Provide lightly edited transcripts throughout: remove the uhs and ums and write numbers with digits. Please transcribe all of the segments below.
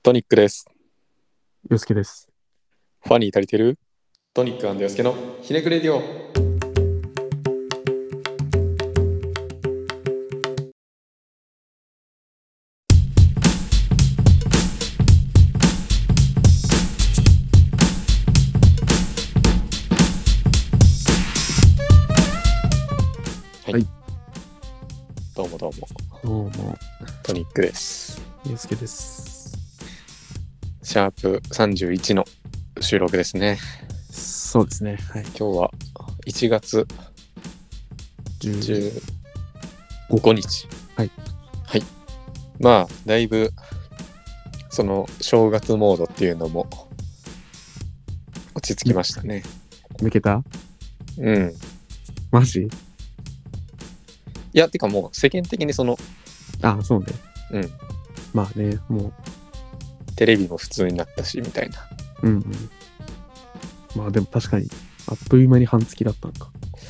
トニックです。 よすけです。 ファニー足りてる？トニックヨスケのひねくれディオ。はい、 はい、 どうもどうも。 どうも、 トニックです。 よすけです。 シャープ31の収録ですね。 そうですね。はい。 今日は1月15 15 日。 はい。 はい。まあ、だいぶ、その正月モードっていうのも落ち着きましたね。 抜けた？ うん。 マジ？ いや、てかもう世間的にあ、そうね。 うん。 まあね、もテレビも普通になったし、みたいな。 う、うんうん。まあでも確かに、あっという間に半月だったんか。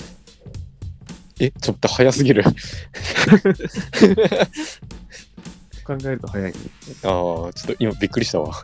ちょっと早すぎる。 考えると早いね。 ああ、ちょっと今びっくりしたわ。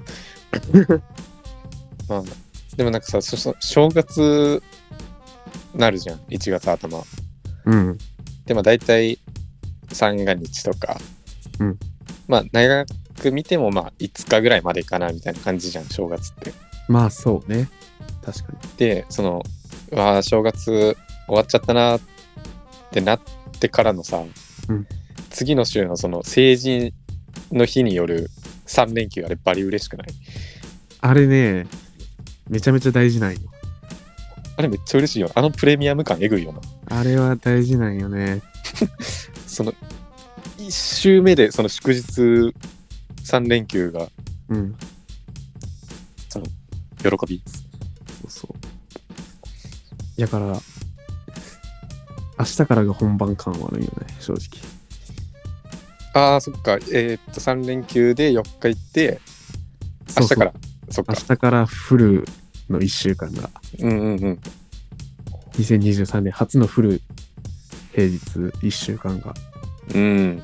まあ、でもなんかさ、正月なるじゃん、1月頭。 うん。 で、まあ大体三が日とか、 うん。 まあ長く見てもまあ5日ぐらいまでかなみたいな感じじゃん、正月って。 まあそうね。確かに。 で、正月終わっちゃったなってなってからのさ、 うん。 次の週のその成人の日による3連休、あれバリ嬉しくない？ あれね、めちゃめちゃ大事なんよ。 あれめっちゃ嬉しいよ。あのプレミアム感えぐいよな。 あれは大事なんよね。 その1週目でその祝日3連休がうん。 その喜び。 そうそう。だから、明日からが本番感はあるよね、正直。 ああ、そっか。3連休で4日行って、明そうそう。 日から、そっか。 明日からフルの1週間が。 うんうんうん。 2023年初のフル平日1週間がうん。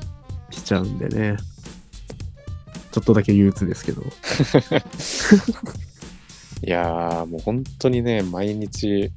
来ちゃうんでね。ちょっとだけ憂鬱ですけど。 いやー、もう本当にね、毎日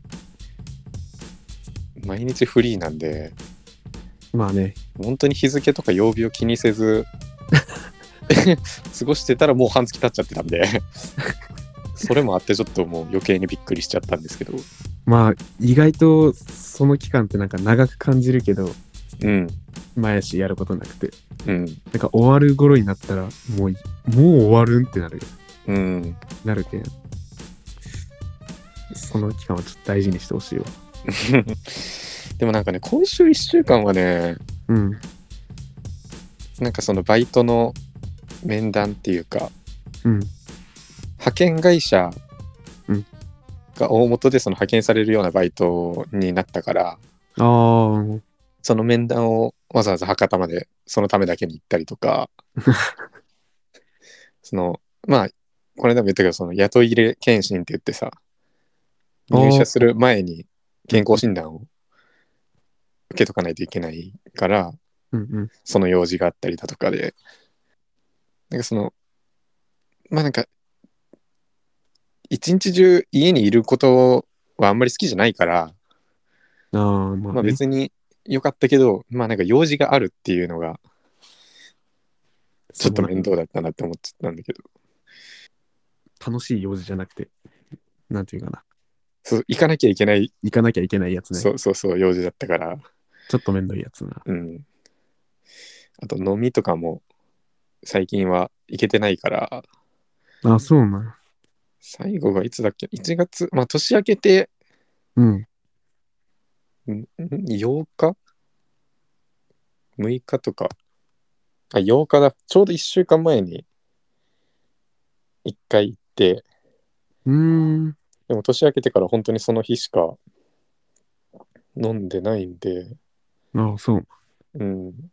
フリーなんで、 まあね。 本当に日付とか曜日を気にせず過ごしてたらもう半月経っちゃってたんでそれもあってちょっともう余計にびっくりしちゃったんですけど。 まあ、意外とその期間ってなんか長く感じるけど、 うん。 前しやることなくて。 うん。 なんか終わる頃になったら、もう終わるんってなるよ。 うん。 なるけん。その期間はちょっと大事にしてほしいわ。 でもなんかね、今週1週間はね、 うん。 なんかそのバイトの面談っていうか、 うん。 派遣会社うんが大元でその派遣されるようなバイトになったから、 ああ、 その面談をわざわざ博多までそのためだけに行ったりとか、まあ、これでも言ったけど、その雇い入れ検診って言ってさ、入ああ、 社する前に健うん。 康診断を受けとかないといけないから、 うんうん。 その用事があったりだとかで、なんかまあなんか、一日中家にいることはあんまり好きじゃないから、 ああ、まあまあね。 別に良かったけど、まあなんか用事があるっていうのがちょっとそのな、 面倒だったなって思っちゃったんだけど、 楽しい用事じゃなくて、なんていうかな。 そう行かなきゃいけない、 行かなきゃいけないやつね。 そうそうそう用事だったから、 ちょっとめんどいやつな。 うん。あと飲みとかも最近は行けてないから、 あ、そうなん。 最後がいつだっけ？ 1 月、まあ年明けて、 うん。 8日 ?6 日とか。あ、8日だ。ちょうど1週間前に1回行って、 うーん。 でも年明けてから本当にその日しか飲んでないんで、 あ、そう。 うん、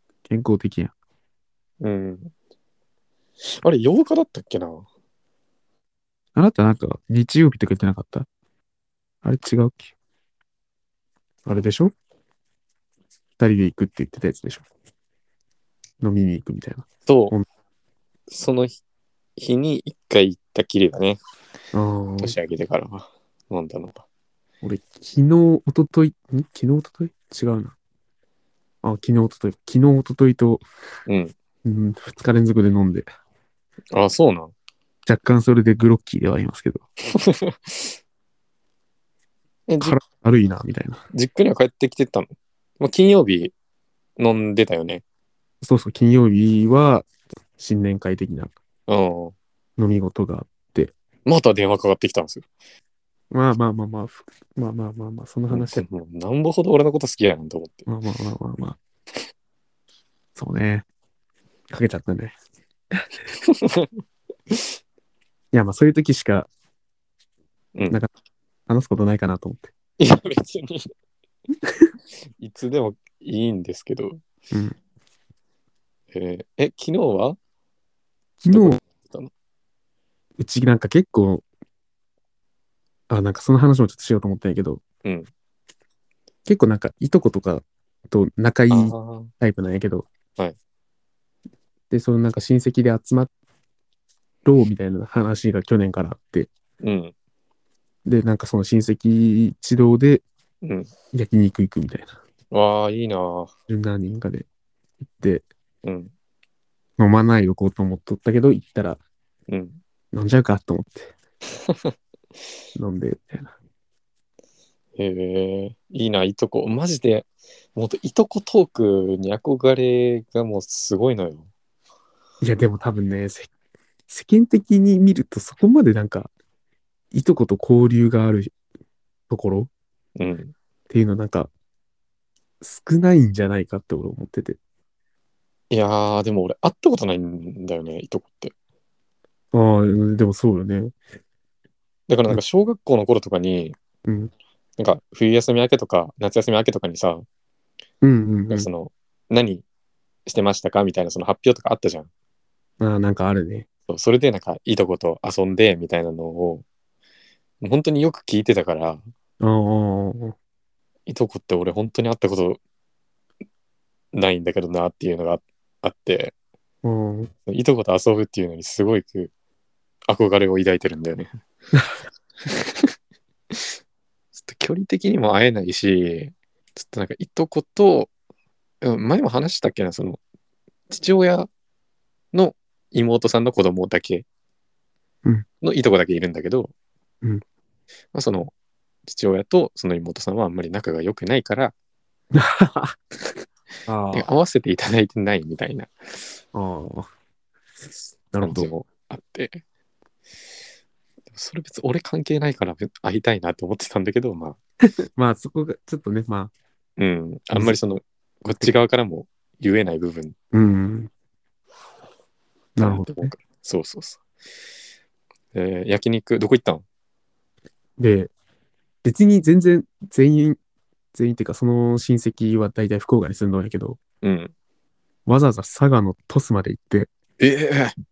健康的や。 うん。あれ、8日だったっけな？ あなたなんか日曜日とか言ってなかった？あれ違うっけ？あれでしょ？二人で行くって言ってたやつでしょ？飲みに行くみたいな。 と、 ほんその日日に1回行ったきりだね。 ああ、 年明けてからは飲んだのが。 俺、昨日、一昨日昨日、一昨日違うな。あ、昨日、一昨日昨日、一昨日と、 うん。 2日連続で飲んで、 あ、そうなん。 若干それでグロッキーではありますけど、 え、 体悪いな、みたいな。 実家には帰ってきてたの？まあ、金曜日飲んでたよね。 そうそう、金曜日は新年会的なうん。 飲み事があって、 また電話かかってきたんですよ。 まあまあまあまあ、まあまあまあまあ、その話は、 もうなんぼほど俺のこと好きやねんと思って。 まあまあまあまあまあ、そうね、かけちゃったね。いや、まあそういう時しか、 うん。 なんか話すことないかなと思って。 いや、別にいつでもいいんですけど。 うん。 昨日はどこに昨日、 行ってたの？ うちなんか結構、なんかその話もちょっとしようと思ったんやけど、 うん。 結構なんかいとことかと仲いいああ、 タイプなんやけど、 はい。 で、そのなんか親戚で集まろうみたいな話が去年からあって、 うん。 で、なんかその親戚一同でうん。 焼肉行くみたいな。 わあ、いいなー。 何人かで行って、 うん。 飲まないでおこうと思っとったけど、行ったらうん。 飲んじゃうかと思って飲んで、みたいな。 いいな、いとこ。マジで、もっといとこトークに憧れがもうすごいのよ。 いや、でも多分ね、世間的に見るとそこまでなんか、いとこと交流があるところうん。 っていうのなんか少ないんじゃないかって俺思ってて。 いやー、でも俺会ったことないんだよね、いとこって。 ああ、でもそうよね。 だからなんか小学校の頃とかに、 うん。 なんか冬休み明けとか夏休み明けとかにさ、 うんうんうん。 その、何してましたかみたいなその発表とかあったじゃん。 ああ、なんかあるね。 そうそれでなんかいとこと遊んでみたいなのを、本当によく聞いてたから、 ああ、 いとこって俺本当に会ったことないんだけどなっていうのがあって、 うん。 いとこと遊ぶっていうのにすごい憧れを抱いてるんだよね。ちょっと距離的にも会えないし、ちょっとなんかいとこと、前も話したっけな、その父親の妹さんの子供だけうん。 のいとこだけいるんだけど、 うん。 まあ、その父親とその妹さんはあんまり仲が良くないから、で合あわせていただいてないみたいなあ、ああ、なるほど。 感じもあって、それ別に俺関係ないから会いたいなと思ってたんだけど、まあ、 まあそこがちょっとね、まあ、 うん、あんまりむず、 その、こっち側からも言えない部分うん。 かなるほどね。 なって思うから。そうそうそう。焼肉、どこ行ったの？ で、別に全員っていうか、その親戚は大体福岡に住んどんやけど、 うん。 わざわざ佐賀の鳥栖まで行って、 ええ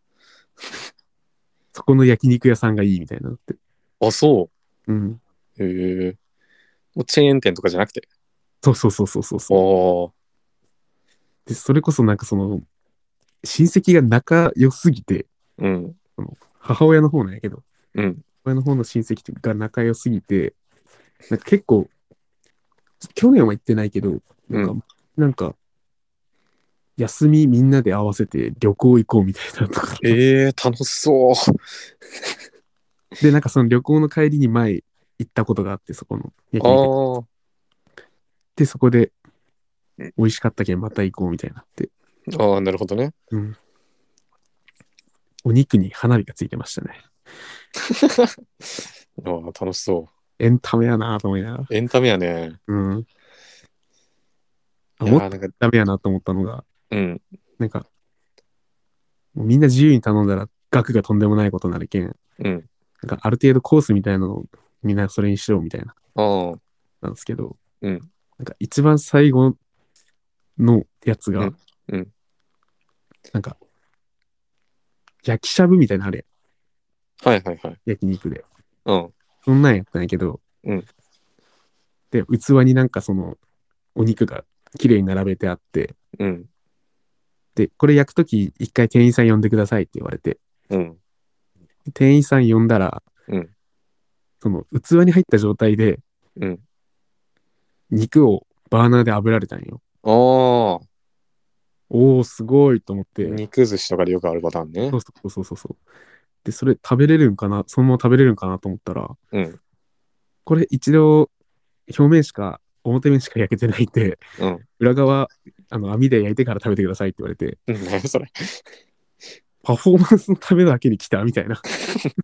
そこの焼肉屋さんがいいみたいなのって。 そうん。 う。もうチェーン店とかじゃなくて。 そうそうそうそうそうそう。 おー。 で、それこそなんかその、親戚が仲良すぎて、 うん。 その母親の方なんやけど、 うん。 母親の方の親戚が仲良すぎて、なんか結構、去年は行ってないけど、なんか、 うん。 なんか、休みみんなで合わせて旅行行こうみたいなとか。 楽しそう。 で、なんかその旅行の帰りに前行ったことがあって、そこのあ焼肉。 あ。 で、そこで美味しかったけんまた行こうみたいになって。 ああ、なるほどね。 うん。お肉に花火がついてましたね。 ああ、楽しそエンタメやなと思いながら。 う。エンタメやね。 うん。もっといやーなんか、 ダメやなと思ったのが、 うん。 なんか、もうみんな自由に頼んだら額がとんでもないことになるけん、 うん。 なんかある程度コースみたいなのをみんなそれにしようみたいな、 ああ。 なんですけど、 うん。 なんか一番最後のやつが、 うん。うん。 なんか焼きしゃぶみたいなのあれ、 はいはいはい。 焼肉で。 うん。 そんなんやったんやけど、 うん。 で、器になんかそのお肉が綺麗に並べてあって、 うん。 で、これ焼くとき一回店員さん呼んでくださいって言われて、 うん。 店員さん呼んだら、 うん。 その器に入った状態でうん。 肉をバーナーで炙られたんよ。 ああ、 おー、すごいと思って、 肉寿司とかでよくあるパターンね。 そうそうそうそうそう。で、それ食べれるんかな、そのまま食べれるんかなと思ったら、 うん。 これ一度表面しか、表面しか焼けてないんで、 うん。 裏側、網で焼いてから食べてくださいって言われて、 うん。何やそれ。 パフォーマンスのためだけに来たみたいな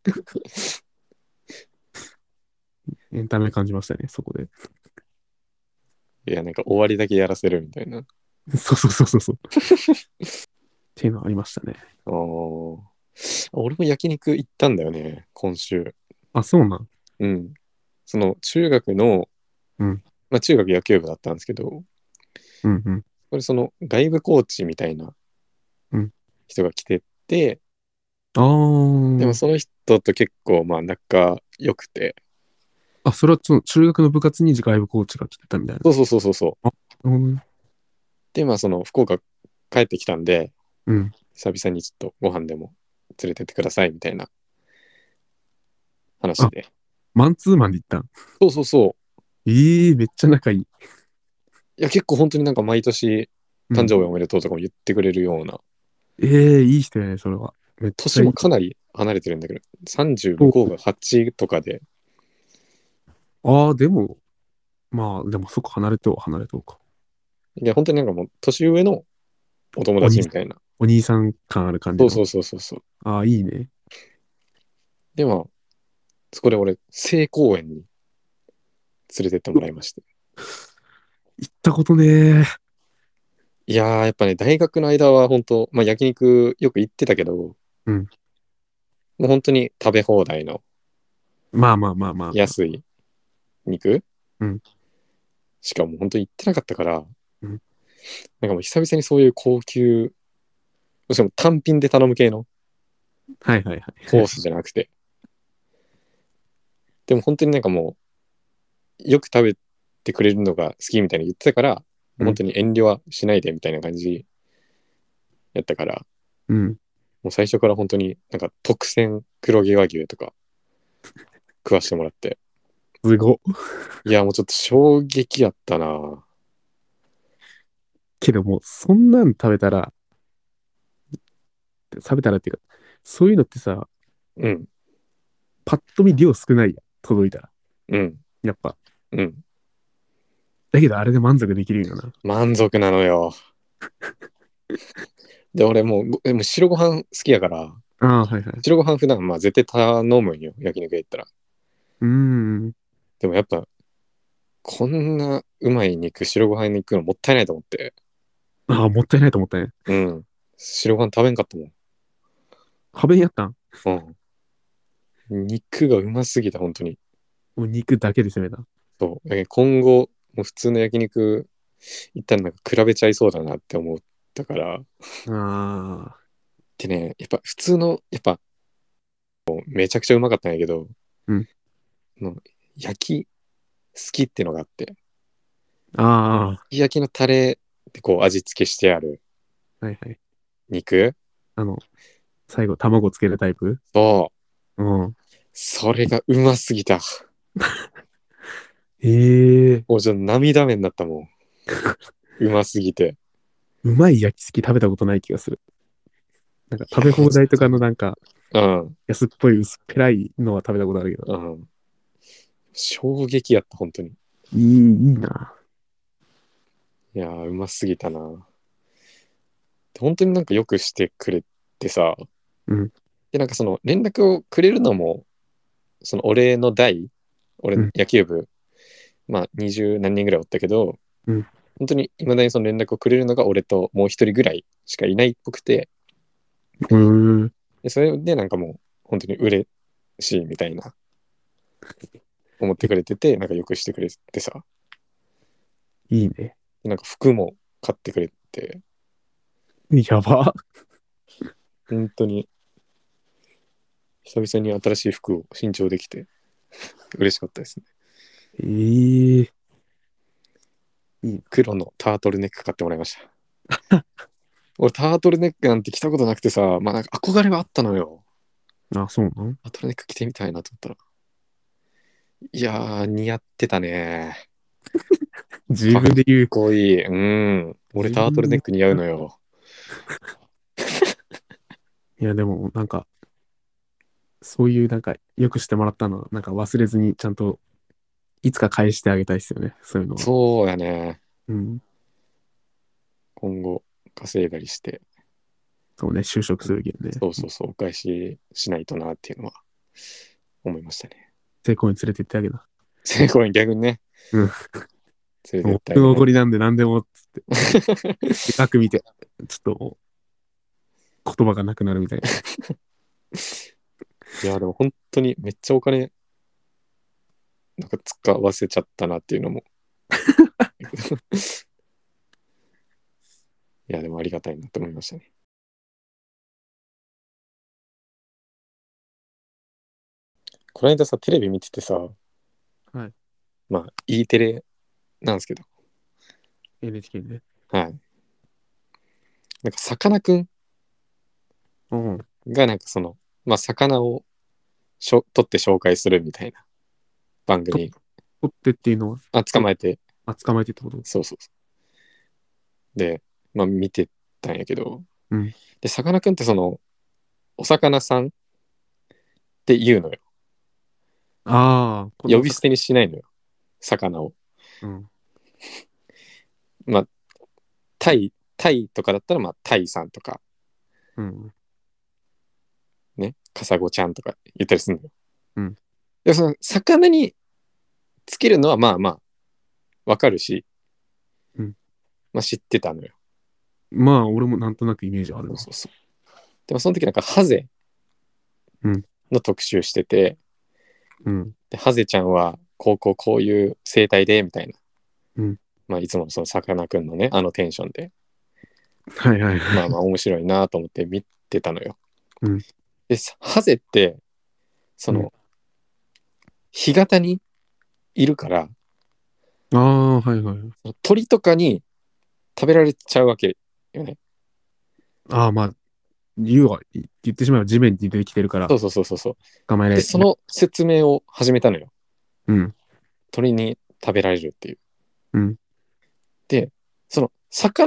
エンタメ感じましたね、そこで。 いや、なんか終わりだけやらせるみたいな。 そうそうそうそうそう。っていうのありましたね。 ああ。俺も焼肉行ったんだよね、今週。 あ、そうなん。 うん。その中学の、 うん。 まあ中学野球部だったんですけど、 うんうん。 これその外部コーチみたいなうん。 人が来てて、 あー。 でもその人と結構まあ仲良くて、 あ、それはその中学の部活に外部コーチが来てたみたいな。 そうそうそうそうそう。 あ、なるほどね。 で、まあその福岡帰ってきたんで、 うん。 久々にちょっとご飯でも連れてってくださいみたいな話あ、 で。 マンツーマンで行ったん。 そうそうそう。 めっちゃ仲いい。 いや結構本当になんか毎年うん。 誕生日おめでとうとかも言ってくれるような、 いい人やね、それは。めっちゃ年もいい。 かなり離れてるんだけど、30向おこうが8とかで、 ああ、でも、まあ、でもそこ離れては離れてうか。 いや本当になんかもう年上のお友お兄、 達みたいな。 お兄さん感ある感じの。 そうそうそうそうそう。 ああ、いいね。 でまあ、そこで俺、西公園に連れてってもらいまして。 行ったことねいやー、やっぱね、大学の間は本当、まあ焼肉よく行ってたけど、もうん。 う本当に食べ放題のまあまあまあまあまあ。 安い肉うん。 しかもう本当に行ってなかったから、 うん。 なんかもう久々にそういう高級、しかも単品で頼む系のはいはいはい。 コースじゃなくて、でも本当になんかもう、よく食べてくれるのが好きみたいに言ってたから、 うん。 本当に遠慮はしないでみたいな感じやったから、 うん。 もう最初から本当になんか特選黒毛和牛とか食わしてもらって、 すご。 いやもうちょっと衝撃やったな。 けどもう、そんなん食べたらっていうか、そういうのってさ、 うん、 パッと見量少ないやん。届いたら。 うん、 やっぱ。 うん。 だけどあれで満足できるんよな。 満足なのよ。で、俺もう白ご飯好きやから、 ああ、はいはい。 白ご飯普段まあ絶対頼むんよ、焼肉屋行ったら。 うーん。 でもやっぱ、こんなうまい肉、白ご飯に行くのもったいないと思って、 ああ、もったいないと思ったね。 うん。白ご飯食べんかったもん。 壁にあったん。 うん。肉がうますぎた、本当に。 もう肉だけで攻めた。 そう。今後、もう普通の焼肉行ったらなんか比べちゃいそうだなって思ったから。 ああ。 でね、やっぱ普通の、やっぱめちゃくちゃうまかったんやけど、 うん。 の焼き好きっていうのがあって、 あ焼きのタレでこう味付けしてあるあ。はいはい。 肉、 あの、最後卵つけるタイプ。 そう。 うん。 それがうますぎた。 ええもうちょっと涙目になったもん。うますぎて。 うまい焼きすき食べたことない気がする。なんかいや食べ放題とかー、 のなんかうん。 安っぽい薄っぺらいのは食べたことあるけど。 うん。衝撃やった、本当に。 いいな。 いやー、うますぎたな。本当になんかよくしてくれてさ。 うん。 で、なんかその連絡をくれるのも、その俺の代、俺うん。 野球部、まあ20何人ぐらいおったけど、 うん。 本当に未だにその連絡をくれるのが俺ともう一人ぐらいしかいないっぽくて、 うーん。 でそれでなんかもう本当に嬉しいみたいな思ってくれてて、なんかよくしてくれてさ、 いいね。 でなんか服も買ってくれて、 やば。 本当に久々に新しい服を新調できて嬉しかったですね。 ええいい黒のタートルネック買ってもらいました。俺タートルネックなんて着たことなくてさ、まあなんか憧れはあったのよ。 あ、そうなの？ タートルネック着てみたいなと思ったら。いやー、似合ってたね。 自分で言う。 かっこいい。うん。俺タートルネック似合うのよ。 いや、でも、なんか、そういう、なんか、よくしてもらったの、なんか忘れずに、ちゃんと、いつか返してあげたいですよね。そういうのは。 そうやね。 うん。 今後、稼いだりして、 そうね、就職するけどね。 そうそうそう、お返ししないとなっていうのは思いましたね。 成功に連れてってあげな。 成功に逆にね、 うん。 連れてもうってあげないと。 僕のおごりなんで何でも、つって。でかく見て、ちょっともう、言葉がなくなるみたいな。 いや、でも本当にめっちゃお金、なんか使わせちゃったなっていうのも。いや、でもありがたいなと思いましたね。この間さ、テレビ見ててさ、 はい。 まあ、E テレなんですけど、 NHK ね。 はい。なんか、さかなクンうん。 が、なんかその、まあ、魚を取って紹介するみたいな番と、 組、 取ってっていうのは、 捕まえて、 捕まえてってこと？ そうそうそう。で、まあ、見てたんやけど、 うん。 で、さかなクンってその、お魚さんって言うのよ。 ああ、このさ、 呼び捨てにしないのよ。魚を。 うん。 まあ、タイとかだったら、まあ、タイさんとか、 うん。 ね、カサゴちゃんとか言ったりするのよ。 うん。 で、その、魚につけるのは、まあまあ、わかるし、 うん。 まあ、知ってたのよ。 まあ、俺もなんとなくイメージあるわ。 そうそうそう。でも、その時なんか、ハゼうん。 の特集してて、 うん。 で、ハゼちゃんは、こういう生態で、みたいな。 うん。 まあ、いつものそのさかなクンのね、あのテンションで、 はいはいはい。 まあまあ、面白いなと思って見てたのよ。 うん。 で、ハゼって、そうん。 の、干潟にいるから、 ああ、はいはい。 鳥とかに食べられちゃうわけよね。 ああ、まあ、言ってしまえば地面に出てきてるから、 そうそうそうそうそう。で、 捕まえられ、 その説明を始めたのよ。 うん。 鳥に食べられるっていう。 うん。 で、その、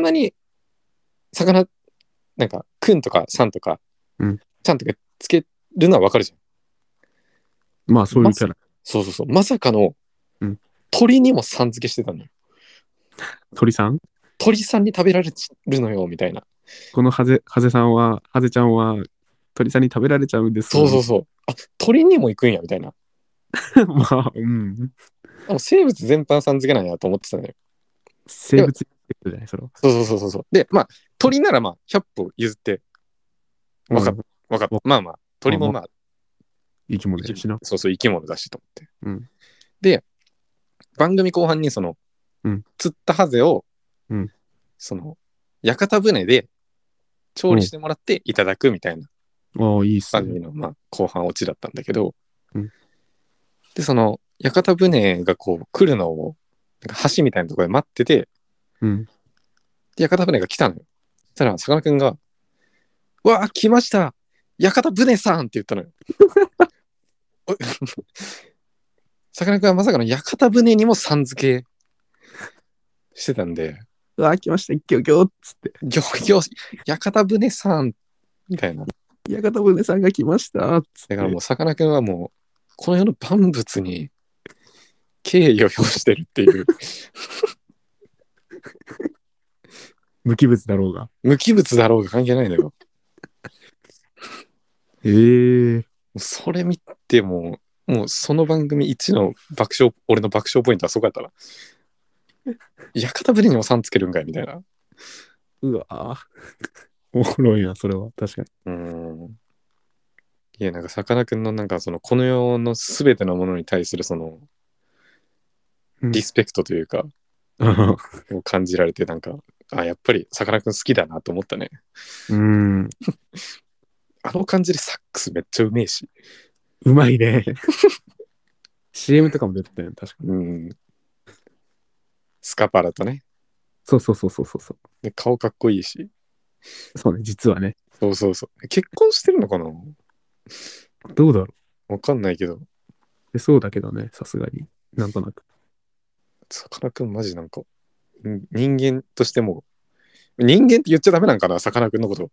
魚、なんか、くんとかさんとか、 うん。 ちゃんとかつけるのはわかるじまあ、 ゃん。 そういうキャラ。 そうそうそう。まさかの、 うん。 鳥にもさん付けしてたのよ。 鳥さん？ 鳥さんに食べられるのよ、みたいな。 このハゼさんは、ハゼちゃんは鳥さんに食べられちゃうんです。 そうそうそう。あ、鳥にも行くんや、みたいな。 まあ、うん。 生物全般さん付けなんやと思ってたのよ。でも生物ってことじゃない、それは。 そうそうそうそうそう。で、まあ、鳥ならまあ、100歩譲って、わかっうん。 わかっわまあまあ、鳥もまあ、 まあ、 生き物やしな。 そうそう、生き物だしと思って。 うん。 で、番組後半にその、 うん。 釣ったハゼを、 うん。 その、屋形船で調理してもらっていただくみたいなああ、いいっすね。 番組の、まあ、後半オチだったんだけど、 うん。 で、その、屋形船がこう来るのを、なんか橋みたいなところで待ってて、 うん。 で、屋形船が来たのよ。そしたら、さかなクンが、わあ、来ました屋形船さんって言ったのよ。さかなクンはまさかの屋形船にもさん付けしてたんで、 うわ、来ました、一挙行っつって。 屋形船さんみたいな。 屋形船さんが来ましたっつって。 だからもうさかなクンはもう、この世の万物に敬意を表してるっていう、 無機物だろうが。 無機物だろうが関係ないのよ。 ええ。 それ見てもうその番組一の俺の爆笑ポイントはそこやったな。屋形船にもさんつけるんかいみたいな。 うわぁ。おもろいな、それは。確かに。 うーん。いや、なんかさかなクンのなんかそのこの世のすべてのものに対するそのうん。 リスペクトというか、 あを感じられてなんか、あ、やっぱりさかなクン好きだなと思ったね。 うん。 あの感じでサックスめっちゃうめえし。 うまいね。CM とかも出てたよね、確かに。 うん。スカパラとね。 そうそうそうそうそう。 で、顔かっこいいし。 そうね、実はね。 そうそうそう。結婚してるのかな。 どうだろわかんないけど、 う。そうだけどね、さすがに。なんとなく。 さかなクンマジなんか、人間としても、人間って言っちゃダメなんかな、さかなクンのこと。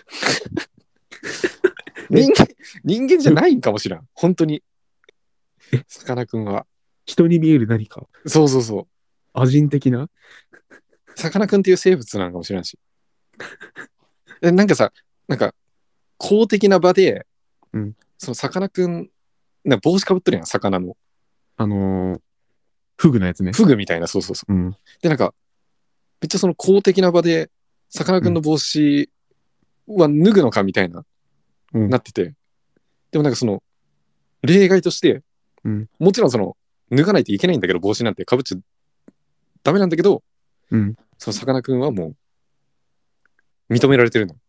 人間、人間じゃないんかもしれん。本当に。さかなクンは。 人に見える何か、 そうそうそう。 アジン的な。 さかなクンっていう生物なんかもしれんし。なんかさ、なんか公的な場で、 うん。 そのさかなクン、なんか帽子かぶっとるやん、魚の。 あのー、フグのやつね。 フグみたいな、そうそうそう。 うん。 で、なんか、めっちゃその公的な場で、さかなクンの帽子は脱ぐのかみたいな、 うん。 なってて。でもなんかその、例外として、 うん。 もちろんその、脱がないといけないんだけど、帽子なんてかぶっちゃダメなんだけど、 うん。 そのさかなクンはもう認められてるの。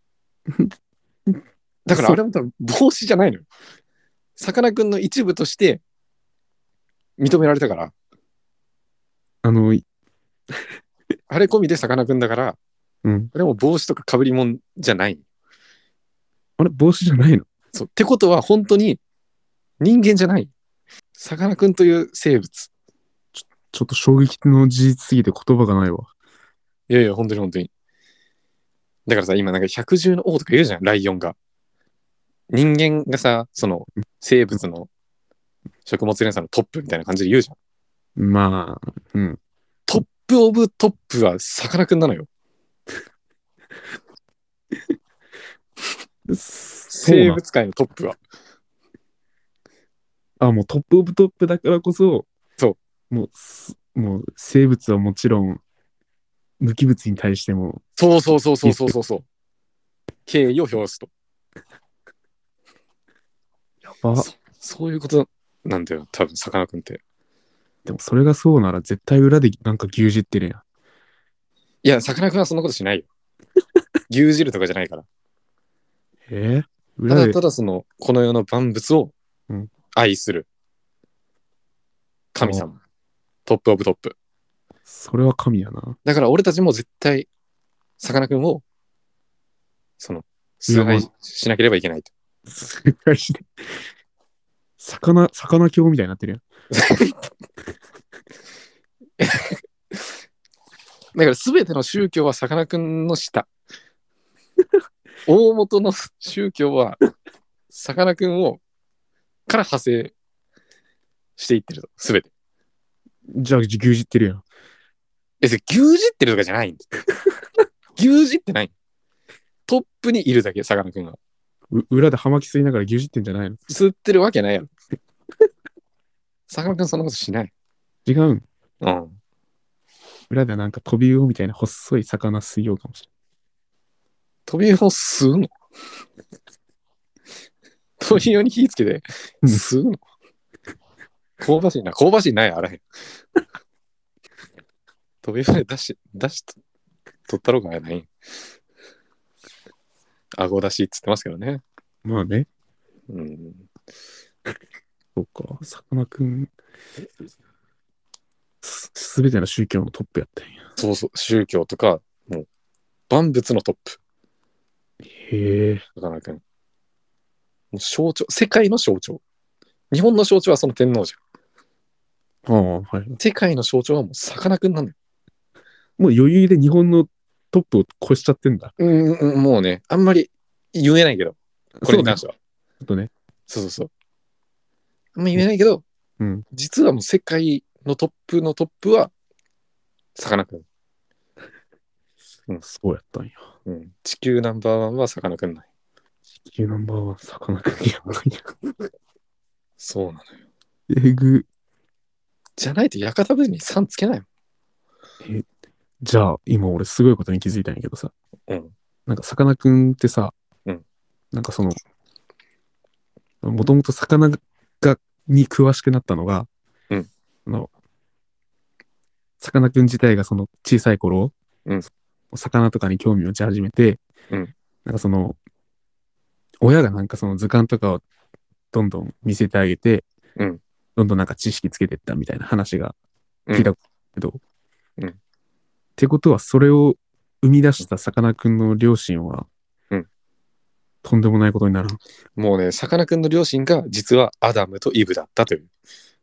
だからそう。 あれも多分帽子じゃないのよ。さかなクンの一部として認められたから、 あの、 あれ込みでさかなクンだから、 うん。 あれも帽子とかかぶり物じゃない。 あれ、帽子じゃないの？ そう。ってことは本当に人間じゃない。さかなクンという生物。 ちょっと衝撃の事実すぎて言葉がないわ。 いやいや、本当に本当に。だからさ、今なんか百獣の王とか言うじゃん、ライオンが。人間がさ、その生物の食物連鎖のトップみたいな感じで言うじゃん。 まあ、うん。 トップオブトップはさかなクンなのよ。 そうな。 生物界のトップは。 あ、もうトップオブトップだからこそ、 そう。 もう生物はもちろん、無機物に対しても、 そうそうそうそうそうそうそう。敬意を表すと。 やば。 そういうことなんだよ、多分さかなクンって。 でもそれがそうなら絶対裏でなんか牛耳ってるやん。 いや、さかなクンはそんなことしないよ。牛耳るとかじゃないから。ただ裏で、 ただその、この世の万物をうん。 愛する神あ、 様。トップオブトップ。 それは神やな。 だから俺たちも絶対、さかなクンを、その、崇拝敬しなければいけないと。 正解して。魚教みたいになってるだから全ての宗教はさかなクンの下。大元の宗教は、さかなクンを、から派生していってると。全て。 やん。じゃあ牛耳ってるやん。 それ牛耳ってるとかじゃないんです。牛耳ってない。トップにいるだけ、さかなクンが。 裏で葉巻吸いながら牛耳ってんじゃないの？ 吸ってるわけないやろ。さかなクンそんなことしない。 違うん。 うん。 裏でなんかトビウオみたいな細い魚吸いようかもし飛びを吸うの？飛び用に火つけてれない。 吸うの？香ばしいな。香ばしいないあらへん。飛び用で出し取ったろうがない。顎出しっつってますけどね。 まあね。 うん。 そうか。さかなクン、すべての宗教のトップやったんや。 そうそう。宗教とか、もう、万物のトップ。 へえ。 さかなクン。もう象徴、世界の象徴。日本の象徴はその天皇じゃん。 ああ、はい。 世界の象徴はもうさかなクンなんだよ。 もう余裕で日本のトップを越しちゃってんだ。 もうね、あんまり言えないけど、これに関しては。 ちょっとね。 そうそうそう。あんま言えないけど、 うん。 実はもう世界のトップのトップは、さかなクン。 そうやったんや。 うん。地球ナンバーワンはさかなクンない。 地球ナンバーワン、さかなクンやばいや。 そうなのよ。 えぐ。 じゃないと屋形船に3つけないじゃあ、今俺すごいことに気づいたんやけどさ。 もん。うん。 なんかさかなクンってさ、 うんなんかその、もともと魚に詳しくなったのが、 うん。 あの、さかなクン自体がその小さい頃、 うん。 魚とかに興味を持ち始めて、 うん。 なんかその、親がなんかその図鑑とかをどんどん見せてあげて、 うん。 どんどんなんか知識つけていったみたいな話がうん。 聞いたけど、 うん。 ってことはそれを生み出したさかなクンの両親は、 うん。 とんでもないことになる。 もうね、さかなクンの両親が実はアダムとイブだったという。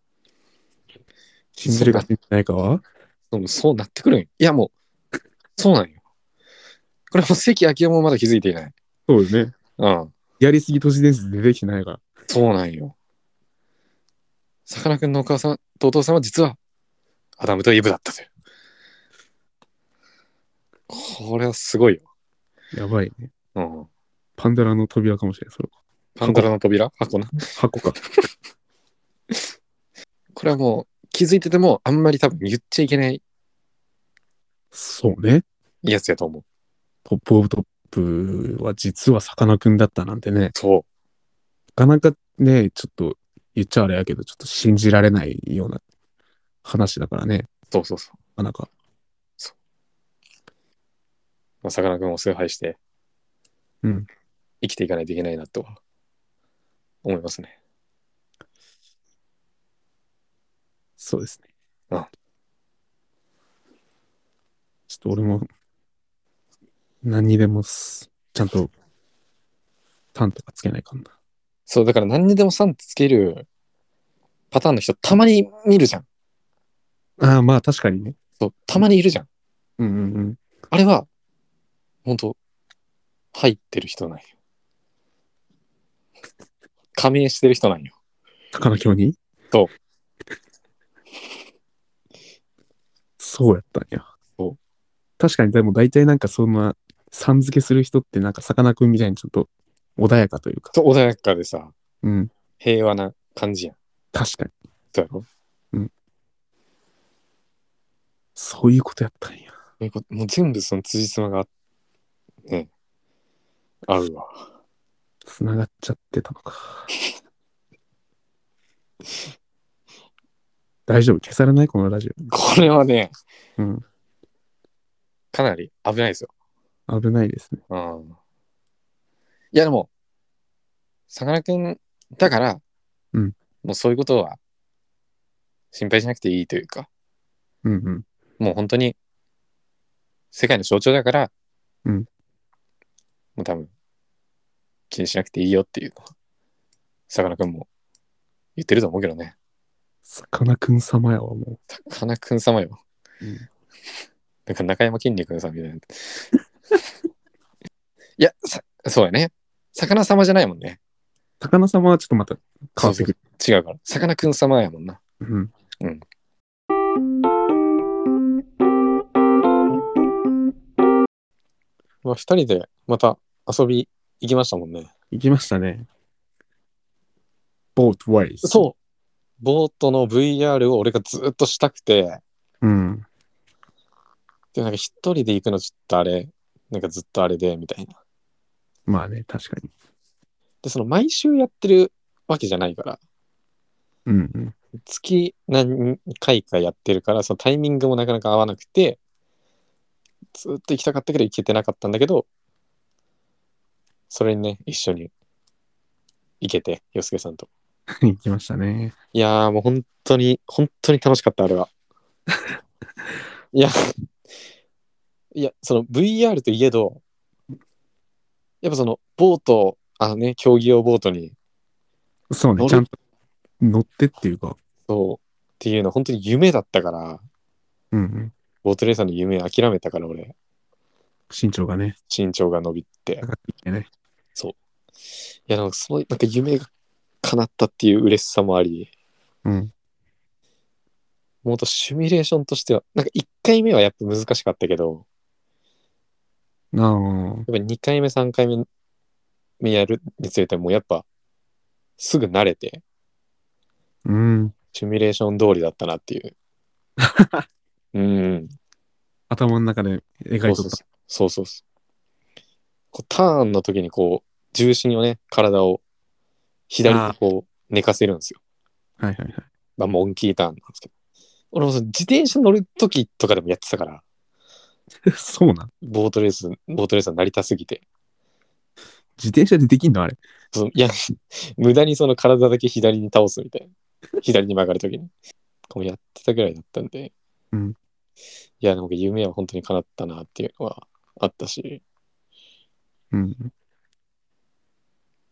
信じるか信じないかはそうなってくるんよ。いやもう、そうなんよ。これも関明夫もまだ気づいていない。 そうよね。 うん。 やりすぎ都市伝説出てきてないから。 そうなんよ。さかなクンのお母さんとお父さんは実はアダムとイブだったという。これはすごいよ。 やばいね。 うん。 パンドラの扉かもしれない。それパンドラの扉箱な。 箱か。 これはもう気づいててもあんまり多分言っちゃいけないそうね。 やつやと思う。 トップオブトップは実はさかなクンだったなんてね。 そう。 なかなかね、ちょっと言っちゃあれやけど、ちょっと信じられないような話だからね。 そうそうそう。 なかなか。 まあ、さかなクンを崇拝してうん。 生きていかないといけないなとは思いますね。 そうですね。 うんちょっと俺も何にでもちゃんとタンとかつけないかんな。 そう、だから何にでも3つけるパターンの人たまに見るじゃん。 ああ、まあ確かにね。 そう、たまにいるじゃん。 うんうんうん。 あれは、本当入ってる人なんよ。加盟してる人なんよ。 高野京にそう。 そうやったんや。 そう確かに、でも大体なんかそんな、さん付けする人ってなんかさかなクンみたいにちょっと穏やかというか。 そう、穏やかでさ、 うん。 平和な感じやん。 確かに。 そうやろ。 そういうことやったんや。 もう全部その辻褄がね、あるわ。 繋がっちゃってたのか。大丈夫消されないこのラジこれはね、 オ。うん。 かなり危ないですよ。 危ないですね。 うん。いやでも、さかなクンだから、 うん。 もうそういうことは心配しなくていいというか、 うんうん。 もう本当に世界の象徴だから、 うん。 もう多分気にしなくていいよっていうのは、さかなクンも言ってると思うけどね。 さかなクン様やわ、もさかなクン様よ。 う。うん。 なんか中山きんに君さんみたいな。いや、そうやね。魚様じゃないもんね。 高菜様はちょっとまた変そうそう。 わってくる。 違うから。さかなクン様やもんな。 うん。 うん。まあ、二人でまた遊び行きましたもんね。 行きましたね。both ways。 そう。ボートの VR を俺がずっとしたくて、 う。うん。 で、なんか一人で行くのちょっとあれ、なんかずっとあれで、みたいな。 まあね、確かに。 で、その毎週やってるわけじゃないから、 うんうん。 月何回かやってるから、そのタイミングもなかなか合わなくて、ずっと行きたかったけど行けてなかったんだけど、それにね、一緒に行けて、洋介さんと。 行きましたね。 いやーもう本当に、本当に楽しかった、あれは。いや、いや、その VR といえど、やっぱそのボート、あのね、競技用ボートにそうね、 乗るちゃんと乗ってっていうか。 そうっていうのは本当に夢だったから、 うんうん。 ボートレーサーの夢諦めたから俺、 身長がね、 身長が伸びて。 上がってきてね。 そう。いや、なんかその、なんか夢が叶ったっていう嬉しさもあり、 うん。 もっとシミュレーションとしては、なんか1回目はやっぱ難しかったけど、 ああ、 やっぱ2回目、3回目やるにつれてもうやっぱすぐ慣れて、 うん。 シミュレーション通りだったなっていう。うん。 頭の中で描いとった。 そうそうそう。そうそうそう。こうターンの時にこう、重心をね、体を左にあこう寝かせるんですよ。 あ、はいはいはまあ、モンキーターンなんですけど。俺もその自転車乗る時とかでもやってたから、 い。そうなん。 ボートレースになりたすぎて。 自転車でできんのあれ。 いや、無駄にその体だけ左に倒すみたいな。左に曲がる時に。こうやってたぐらいだったんで、 うん。 いや、なんか夢は本当に叶ったなっていうのはあったし、 うん。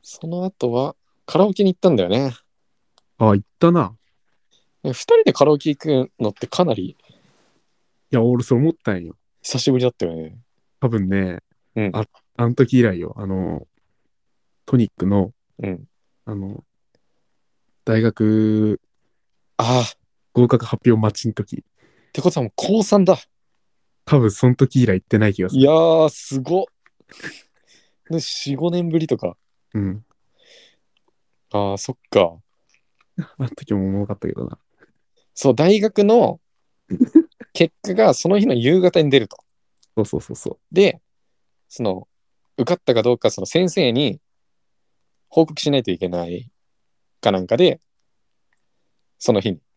その後はカラオケに行ったんだよね。 あ、行ったな。 二人でカラオケ行くのってかなりいや、俺そう思ったんよ。 久しぶりだったよね。 多分ね、 うん。 あの時以来よ。トニックの、 うん。 あの、大学ああ、っ合格発表待ちの時。 てことはもう高3だ。 多分その時以来行ってない気がする。 いやー、すごっ。4、5年ぶりとか。 うん。 ああ、そっか。 あの時もおもろかったけどな。 そう、大学の結果がその日の夕方に出ると。 そうそうそうそで、その、受かったかどうか、その先生に報告しないといけないかなんかで、その日に。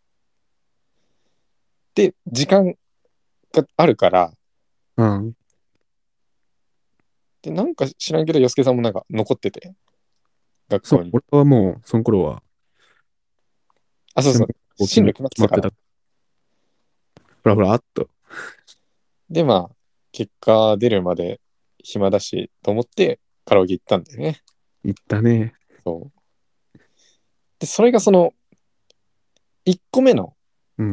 で、時間があるから、 う。うん。 で、なんか知らんけど、洋介さんもなんか残ってて、学そう、 校に。 俺はもう、その頃は、 あ、そう専門そう。進路学校決決まってたから。 まってた。ふらふらっと。 で、まあ、結果出るまで暇だし、と思ってカラオケ行ったんだよね。 行ったね。 そう。で、それがその、1個目のうん。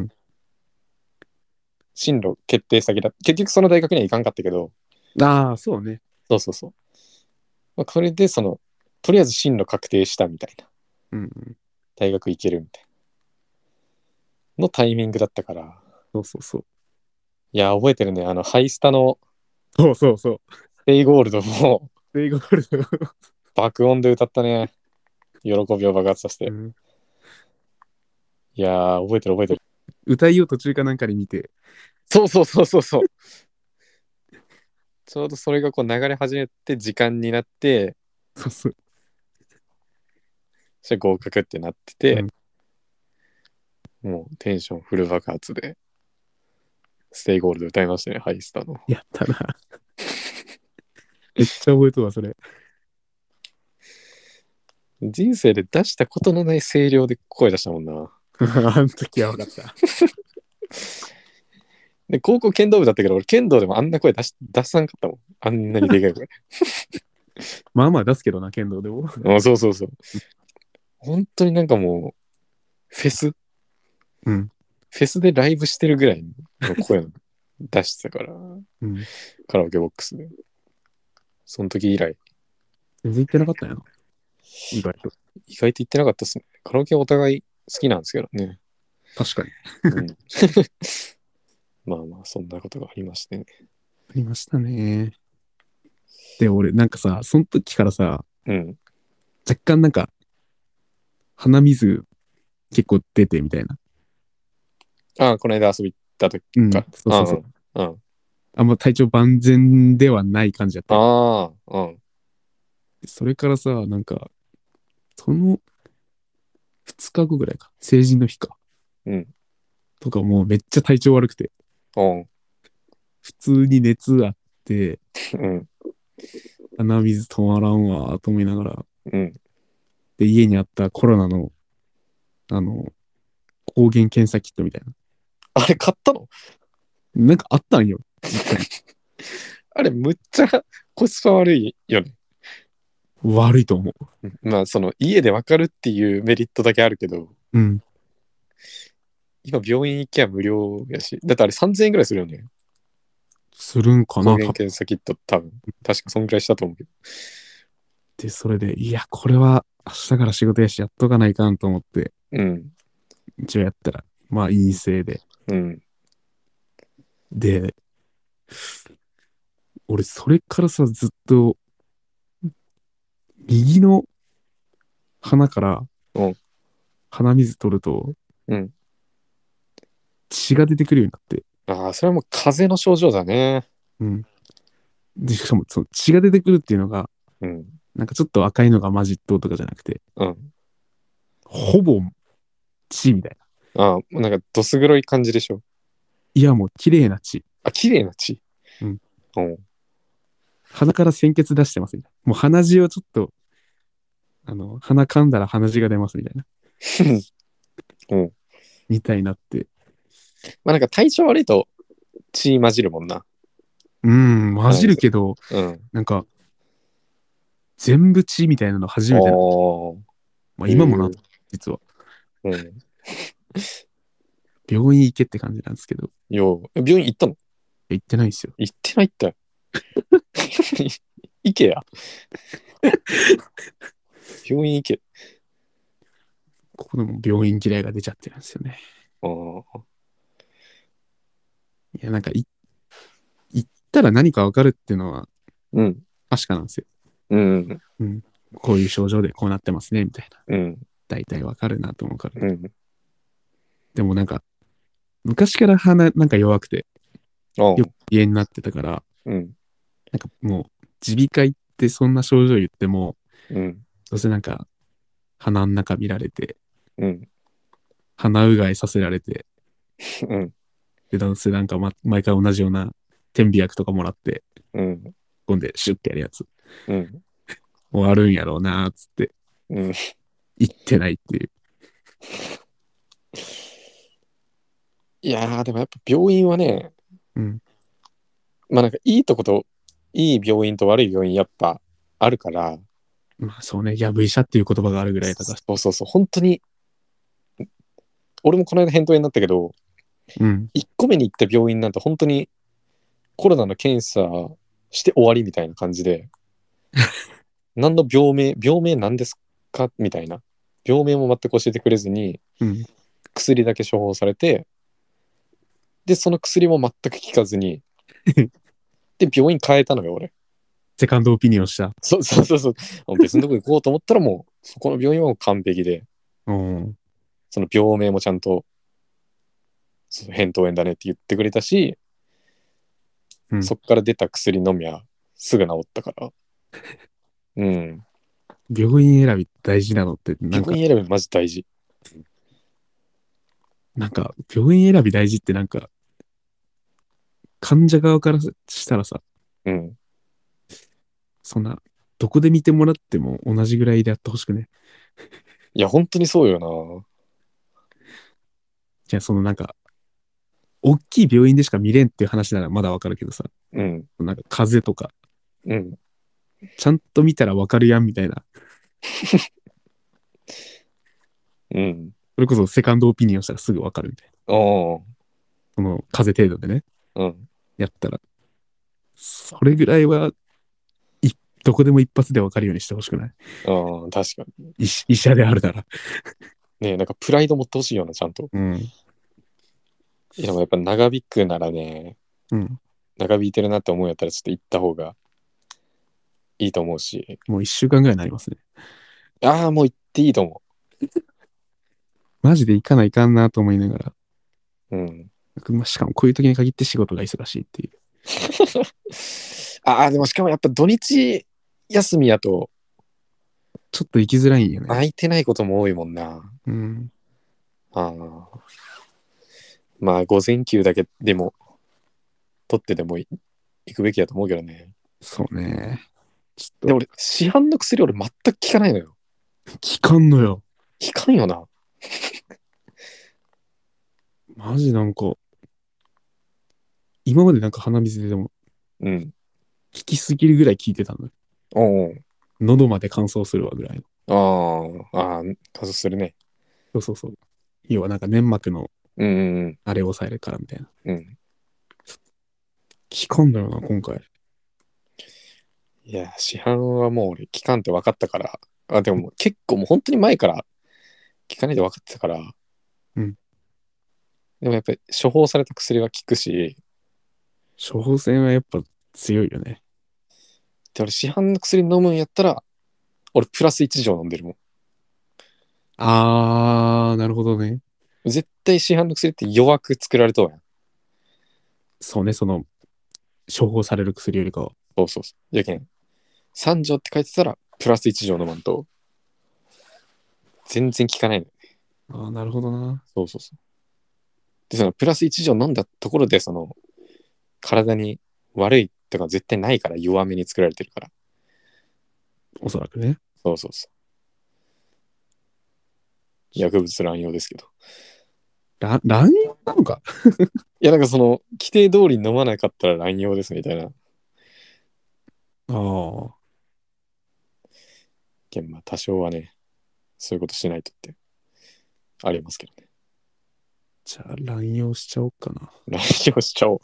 進路決定先だ。結局その大学には行かんかったけど、 ああ、そうね。 そうそうそう。まあ、これでその、とりあえず進路確定したみたいな。 うん。 大学行けるみたいな。のタイミングだったから。 そうそうそう。 いや、覚えてるね。ハイスタのそうそうそう。 ステイゴールドも英語あるよ。 爆音で歌ったね。喜びを爆発させて。 うん。 いやー、覚えてる覚えてる。 歌いを途中かなんかで見て、 そうそうそうそうそう。ちょうどそれがこう流れ始めて時間になって、 そうそう。 そして合格ってなってて、 うん。 もうテンションフル爆発で、ステイゴールド歌いましたね、ハイスタの。 やったな。めっちゃ覚えとるわ、それ。 人生で出したことのない声量で声出したもんな。 あの時は分かった。 で、高校剣道部だったけど、俺剣道でもあんな声出さんかったもん。あんなにでかい声。 まあまあ出すけどな、剣道でも。 あ、そうそうそう。本当になんかもう、フェスうん。 フェスでライブしてるぐらいの声を出してたから、 うん。 カラオケボックスで。その時以来、 全然行ってなかったんやな。意外と。 意外と行ってなかったっすね。カラオケお互い好きなんですけどね。 確かに。 うん。まあまあ、そんなことがありましてね。 ありましたね。で、俺、なんかさ、その時からさ、 うん。 若干なんか、鼻水結構出てみたいな。 ああ、この間遊び行った時うん。 か。 そうそうそう。 うん。うん。 あんま体調万全ではない感じだったよ。 ああ、うん。 それからさ、なんか、その2日後ぐらいか。成人の日か。 うん。 とかもうめっちゃ体調悪くて。 うん。 普通に熱あって、 うん。 鼻水止まらんわ、と思いながら。 うん。 で、家にあったコロナの、あの、抗原検査キットみたいな。 あれ買ったの？ なんかあったんよ。実家に。 あれむっちゃコスパ悪いよね。 悪いと思う。 まあ、その家でわかるっていうメリットだけあるけど、 うん。 今病院行きゃ無料やし、だってあれ3000円ぐらいするよね。 するんかな。 抗原検査キット多分。確かそんぐらいしたと思うけど。 で、それで、いや、これは明日から仕事やし、やっとかないかんと思って、 うん。 一応やったら、まあ、陰性で。 うん。 で、俺、それからさ、ずっと、右の鼻からうん。 鼻水取るとうん。 血が出てくるようになって、 ああ、それはもう風邪の症状だね。 うん。で、しかも、その血が出てくるっていうのが、 うん。 なんかちょっと赤いのが混じっとうとかじゃなくて、 うん。 ほぼ血みたいな。 ああ、なんかどす黒い感じでしょ。 いや、もう綺麗な血。 あ、綺麗な血。 うん。 うん。 鼻から鮮血出してますみたいな。もう鼻血をちょっと、鼻噛んだら鼻血が出ますみたいな。 うん。 みたいになって。 まあなんか体調悪いと血混じるもんな。 うん、混じ鼻水。 るけど、 うん。 なんか、 全部血みたいなの初あめてな。 あ。 まあ今もな、 へえ実は。 うん。 病院行けって感じなんですけど、 病院行ったの？ 行ってないんですよ。 行ってないって。行けや。病院行け。 ここでも病院嫌いが出ちゃってるんですよね。 ああ。 いや、なんか行ったら何かわかるっていうのはうん。 確かなんですよ。 うん。 うん。こういう症状でこうなってますね、みたいな。 うん。 大体わかるなと思うから。 うん。 でもなんか、昔から鼻なんか弱くて、 ああ。 よく家になってたから、 うん。 なんかもう、耳鼻科行ってそんな症状言っても、 うん。 どうせなんか鼻の中見られて、 うん。 鼻うがいさせられて、 うん。 で、どうせなんか、毎回同じような点鼻薬とかもらって、 うん。 今でシュッてやるやつ、 うん。 終わるんやろうなーっつって、 うん。 行ってないっていう。 いやー、でもやっぱ病院はね、 うん。 まあなんかいいとこと、いい病院と悪い病院やっぱあるから、 まあそうね、やぶ医者っていう言葉があるぐらいだから。 そうそうそう、本当に、俺もこの間扁桃炎になったけど、 うん。 1個目に行った病院なんて本当にコロナの検査して終わりみたいな感じで、何の病名何ですかみたいな。病名も全く教えてくれずに、 うん。 薬だけ処方されて、で、その薬も全く効かずに、で、病院変えたのよ、俺。 セカンドオピニオンした。 そうそうそうそう。別のとこ行こうと思ったらもう、そこの病院はもう完璧で、 うん。 その病名もちゃんと、その扁桃炎だねって言ってくれたし、 うん。 そっから出た薬飲みゃすぐ治ったから。うん。 病院選び大事なのって、 病院選びマジ大事。 病院選び大事って患者側からしたらさ、 うん。 そんな、どこで見てもらっても同じぐらいでやってほしくね。 いや、本当にそうよな。 じゃあ大きい病院でしか見れんっていう話ならまだわかるけどさ、 うん。 風邪とか、 うん。 ちゃんと見たらわかるやんみたいな。 うん。 それこそセカンドオピニオンしたらすぐわかるみたいな。 おー。 その風邪程度でね、 うん。 やったら、それぐらいいどこでも一発でわかるようにしてほしくない？ ああ、確かに。 医者であるなら。 ねえ、なんかプライド持ってほしいよな、ちゃんと。 うん。 いや、でもやっぱ長引くならね、 うん。 長引いてるなって思うんやったらちょっと行った方がいいと思うし。 もう1週間ぐらいになりますね。 ああ、もう行っていいと思マジで行かないかんなと思いながら。 う。うん。 しかもこういう時に限って仕事が忙しいっていう。 ああ、でもしかもやっぱ土日休みやとちょっと行きづらいんよね。 空いてないことも多いもんな。 うん。 ああ。まあ、午前休だけでも取ってでも行くべきやと思うけどね。 そうね。ちょっと、 で、俺、市販の薬俺全く効かないのよ。 効かんのよ。 効かんよな。 マジ今まで鼻水でもうん。 効きすぎるぐらい効いてたのよ。 おう喉まで乾燥するわぐらいの。 おう。ああ、ああ、仮装するね。 そうそうそう。要は粘膜のうんうんあれを抑えるからみたいな。 うん。うん。 効かんだよな、今回。 いや、市販はもう俺、効かんって分かったから。あ、でも結構もう本当に前から効かないで分かってたから。 うん。 でもやっぱり処方された薬は効くし、 処方箋はやっぱ強いよね。 で、俺市販の薬飲むんやったら、俺プラス1錠飲んでるもなるほどね。 ん。絶対市販の薬って弱く作られとうやん。 そうね、処方される薬よりかは。 そうそうそう。やけん、3錠って書いてたら、プラス1錠飲まんと、全然効かないの。 なるほどな。 そうそうそう。で、そのプラス1錠飲んだところで、体に悪いとか絶対ないから、弱めに作られてるから。 おそらくね。 そうそうそう。薬物乱用ですけど。 乱用なのか？ いや、なんか規定通り飲まなかったら乱用ですみたいな。 ああ。 まあ多少はね、そういうことしないとってありますけどね。 じゃあ乱用しちゃおうかな。 乱用しちゃおう。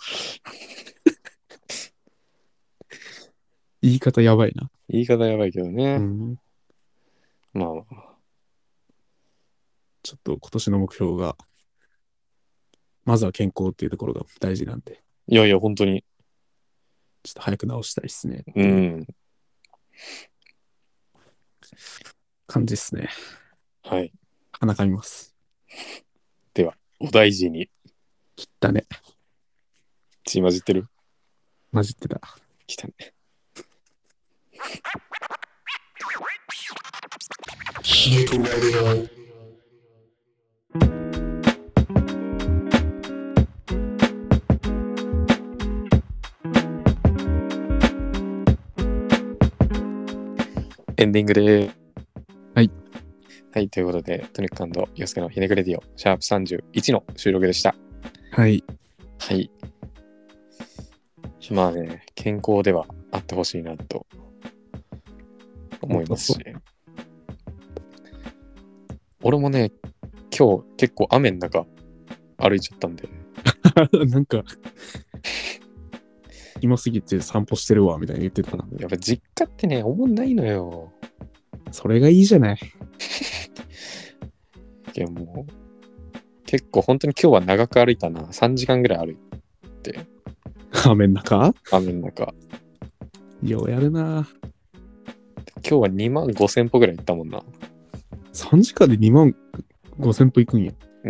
言い方やばいな。 言い方やばいけどね。 うん。 まあまあ、 ちょっと今年の目標が、まずは健康っていうところが大事なんで、 いやいや、本当に。 ちょっと早く治したいですねってう。 いうん感じですね。 はい。 鼻かみます。 では、お大事に。 だね。 血混じってる？ 混じってた。 来たね。エンディングでーす。 はい。 はい、ということで、トニック&ヨスケのひねくレディオ、シャープ31の収録でした。 はい。 はい。まあね、健康ではあってほしいなと思いますし。俺もね、今日結構雨の中歩いちゃったんで。 なんか、暇すぎて散歩してるわ、みたいに言ってたな。 やっぱ実家ってね、おもんないのよ。 それがいいじゃない。 いやもう、結構本当に今日は長く歩いたな。3時間ぐらい歩いて。 雨の中雨の中。 ようやるな。 今日は2万5千歩ぐらい行ったもんな。 3時間で2万5千歩行くんや。 うん。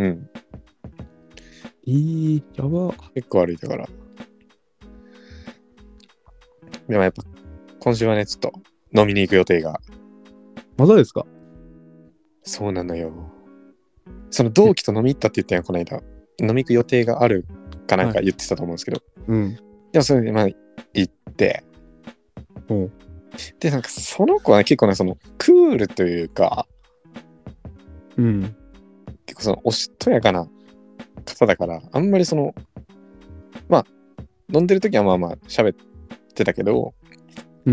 やば。 結構歩いたから。でもやっぱ、今週はね、ちょっと飲みに行く予定が。 まだですか？ そうなのよ。その同期と飲み行ったって言ったやん、この間。飲み行く予定があるかなんか言ってたと思うんですけど。 うん。 でもそれでまあ行って、 おう。 で、なんかその子は、ね、結構ね、そのクールというか、 うん。 結構そのおしとやかな方だから、あんまりその、まあ、飲んでる時はまあまあ喋ってたけど、 うん。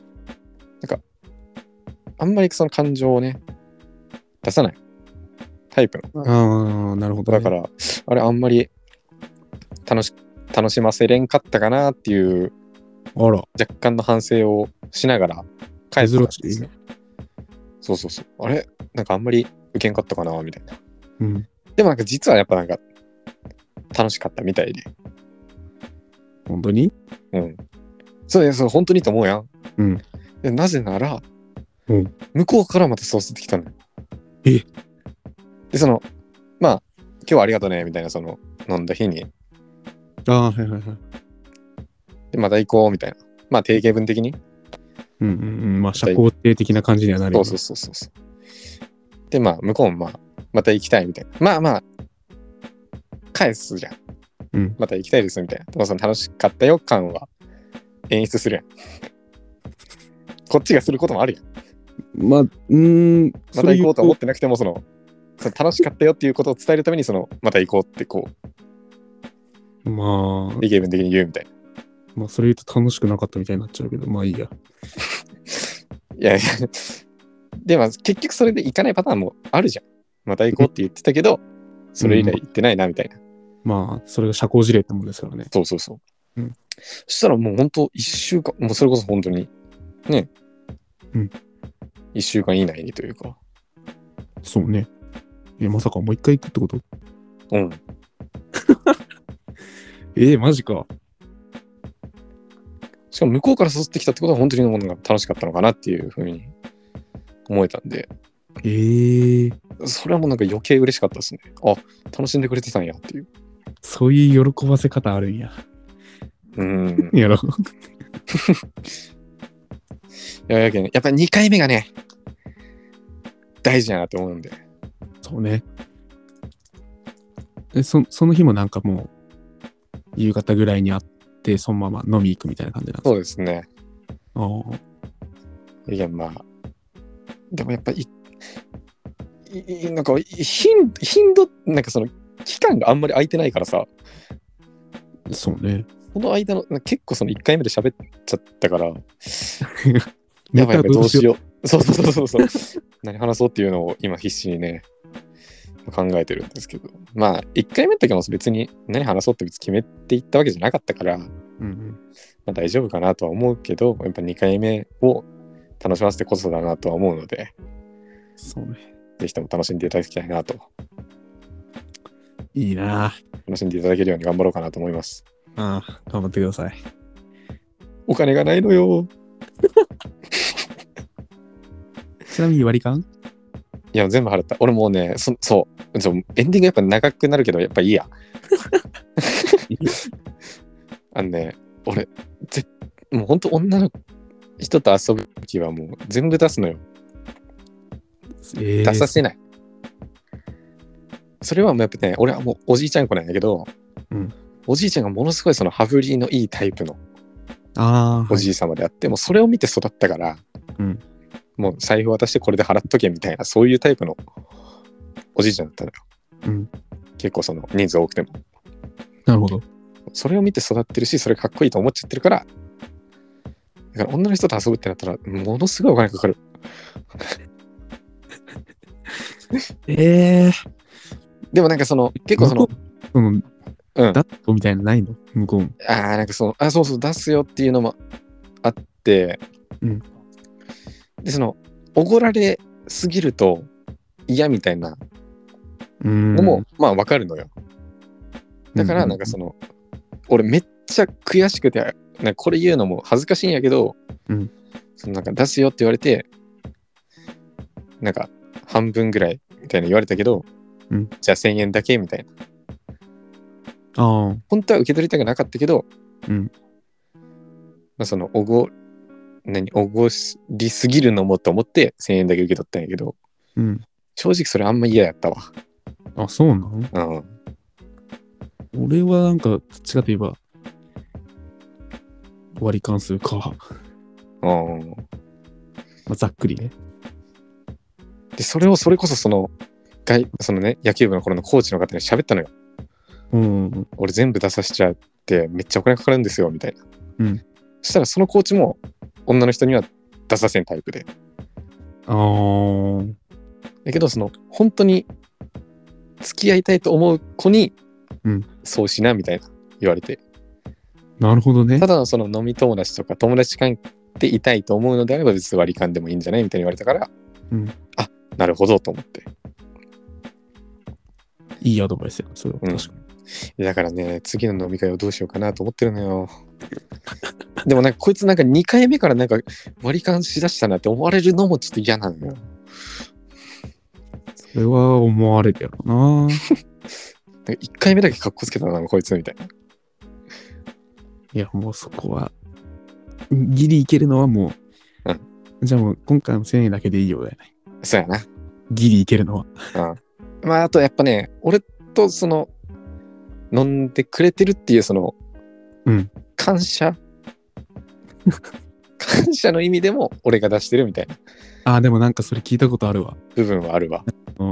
あんまりその感情をね、出さないタイプの。 ああ、なるほど、ね。 だから、あれあんまり楽しませれんかったかなっていうあら、 若干の反省をしながら帰ってたんですよ。 珍しいね。 そうそうそう。あれなんかあんまり受けんかったかなみたいな。 うん。 でもなんか実はやっぱなんか楽しかったみたいで。 本当に？ うん。そう、本当にと思うやん。 うん。 でなぜなら、 うん、 向こうからまたそうしてきたのよ。 え？ で、その、まあ、今日はありがとね、みたいな、その、飲んだ日に、 ああ、はいはいはい。 で、また行こう、みたいな。まあ、定型文的に。 うんうんうん。まあ、社交定的な感じにはなるよ。 そうそうそうそう。で、まあ、向こうもまあ、また行きたい、みたいな。まあまあ、返すじゃん。 うん。 また行きたいです、みたいな。でもその楽しかったよ感は演出するやん。こっちがすることもあるやん。 まあ、 また行こうと思ってなくても、その楽しかったよっていうことを伝えるために、また行こうってこう、まあ、 定型文的に言うみたいな。 まあ、それ言うと楽しくなかったみたいになっちゃうけど、まあいいや。 いやいや、でも結局それで行かないパターンもあるじゃん。また行こうって言ってたけど、それ以来行ってないなみたいな。 まあ、それが社交辞令ってもんですからね。 そうそうそう。 うん、 そしたらもう本当1週間、もうそれこそ本当に、ね。 うん。 1週間以内にというか。 そうね。まさかもう一回行くってこと？ うん。 マジか。 しかも向こうから誘ってきたってことは本当にものが楽しかったのかなっていうふうに思えたんで。それはもうなんか余計嬉しかったですね。あ、楽しんでくれてたんやっていう。 そういう喜ばせ方あるんや。やろ。 やっぱり2回目がね、大事やなと思うんで。 そうね。その日もなんかもう、夕方ぐらいに会って、そのまま飲み行くみたいな感じなんですか？ そうですね。いや、まあ、でもやっぱり、なんか頻度、なんかその期間があんまり空いてないからさ。 そうね。 この間の、結構その1回目で喋っちゃったから、やばいどうしよそうそうそうそうそう。何話そうっていうのを今必死にね、考えてるんですけど。まあ、1回目の時も別に何話そうって別に決めていったわけじゃなかったから、まあ大丈夫かなとは思うけど、やっぱ2回目を楽しませてこそだなとは思うので、 そうね。 ぜひとも楽しんでいただきたいなと。 いいな。 楽しんでいただけるように頑張ろうかなと思います。 ああ、頑張ってください。 お金がないのよ。 ちなみに割り勘？ いや、全部払った。俺もうね、そう。エンディングやっぱ長くなるけど、やっぱいいや。ね、俺、もうほんと女の人と遊ぶときはもう全部出すのよ。出させない。それはもうやっぱね、俺はもうおじいちゃん子なんだけど、おじいちゃんがものすごいその羽振りのいいタイプのおじい様であって、もうそれを見て育ったから、もう財布渡してこれで払っとけみたいな、そういうタイプのおじいちゃんだったのよ。結構その人数多くても。 なるほど。 それを見て育ってるし、それかっこいいと思っちゃってるから、だから女の人と遊ぶってなったら、ものすごいお金かかる。でもなんかその、結構その、 ダットみたいなのないの？向こうも。 なんかそうそう、出すよっていうのもあって、で、その、おごられすぎると嫌みたいなのも、まあわかるのよ。だからなんかその、俺めっちゃ悔しくて、なんかこれ言うのも恥ずかしいんやけど、そのなんか出すよって言われて、なんか半分ぐらいみたいな言われたけど、じゃあ1000円だけみたいな。本当は受け取りたくなかったけど、まあ、そのおごりすぎるのもと思って1000円だけ受け取ったんやけど、正直それあんま嫌やったわ。 あ、そうなの？俺はなんかどっちかといえば割り勘するか。まあ、ざっくりね。 で、それこそそのね、野球部の頃のコーチの方に喋ったのよ。俺全部出させちゃってめっちゃお金かかるんですよみたいな。そしたらそのコーチも女の人には出させんタイプで。だけどその本当に付き合いたいと思う子に、そうしなみたいな言われて。 なるほどね。 ただその飲み友達とか友達関係いたいと思うのであれば別に割り勘でもいいんじゃないみたいに言われたから、あ、なるほどと思って。 いいアドバイスや、それは確かに。だからね、次の飲み会をどうしようかなと思ってるのよ。でもなんかこいつなんか2回目からなんか割り勘しだしたなって思われるのもちょっと嫌なのよ。 それは思われるやろな。 1回目だけカッコつけたなこいつみたいな。 いやもうそこはギリいけるのはもう、じゃあもう今回も1000円だけでいいよだよね。 そうやな。 ギリいけるのは。 まああとやっぱね、俺とその飲んでくれてるっていうその、感謝の意味でも俺が出してるみたいな。 でもなんかそれ聞いたことあるわ。 部分はあるわ。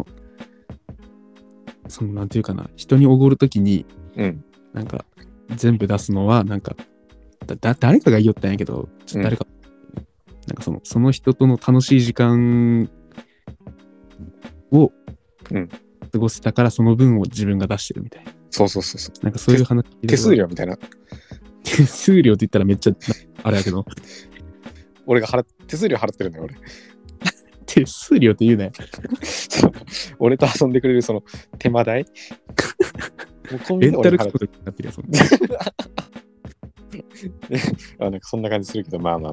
そのなんていうかな、人におごるときに、なんか全部出すのはなんか誰かが言いよったんやけど、ちょっと誰か、なんかその人との楽しい時間を過ごせたからその分を自分が出してるみたいな。 そう。 なんかそういう話。 手数料みたいな。 手数料って言ったらめっちゃあれやけど。 俺が手数料払ってるんだよ俺。 手数料って言うね。 俺と遊んでくれるその手間代。 レンタルクソになってるやつ。 なんかそんな感じするけど、まあ。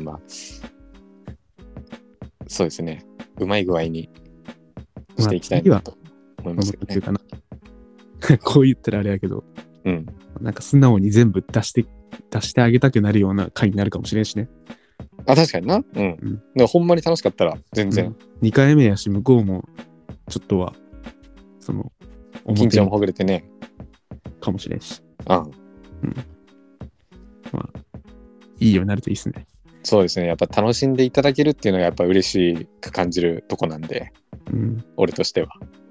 そうですね。うまい具合にしていきたいなと思いますけどね。 こう言ったらあれやけど、なんか素直に全部出してあげたくなるような回になるかもしれんしね。 確かにな。でもほんまに楽しかったら全然。 2回目やし、向こうもちょっとはその緊張もほぐれてね。 かもしれんし。 まあいいようになるといいですね。 そうですね。やっぱ楽しんでいただけるっていうのがやっぱ嬉しく感じるとこなんで、俺としては。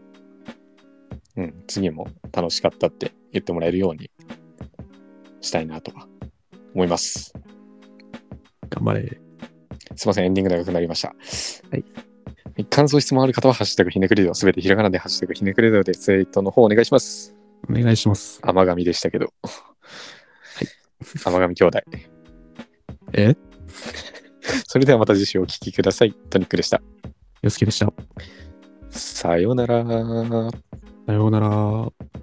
次も楽しかったって言ってもらえるようにしたいなとは思います。 頑張れ。 すいません、エンディング長くなりました。 はい。 感想質問ある方は、ハッシュタグひねくれど、すべてひらがなでハッシュタグひねくれどでツイートの方お願いします。 お願いします。 甘神でしたけど。はい。甘神兄弟。それではまた次週お聞きください。トニックでした。 よすけでした。 さようなら。 さようなら。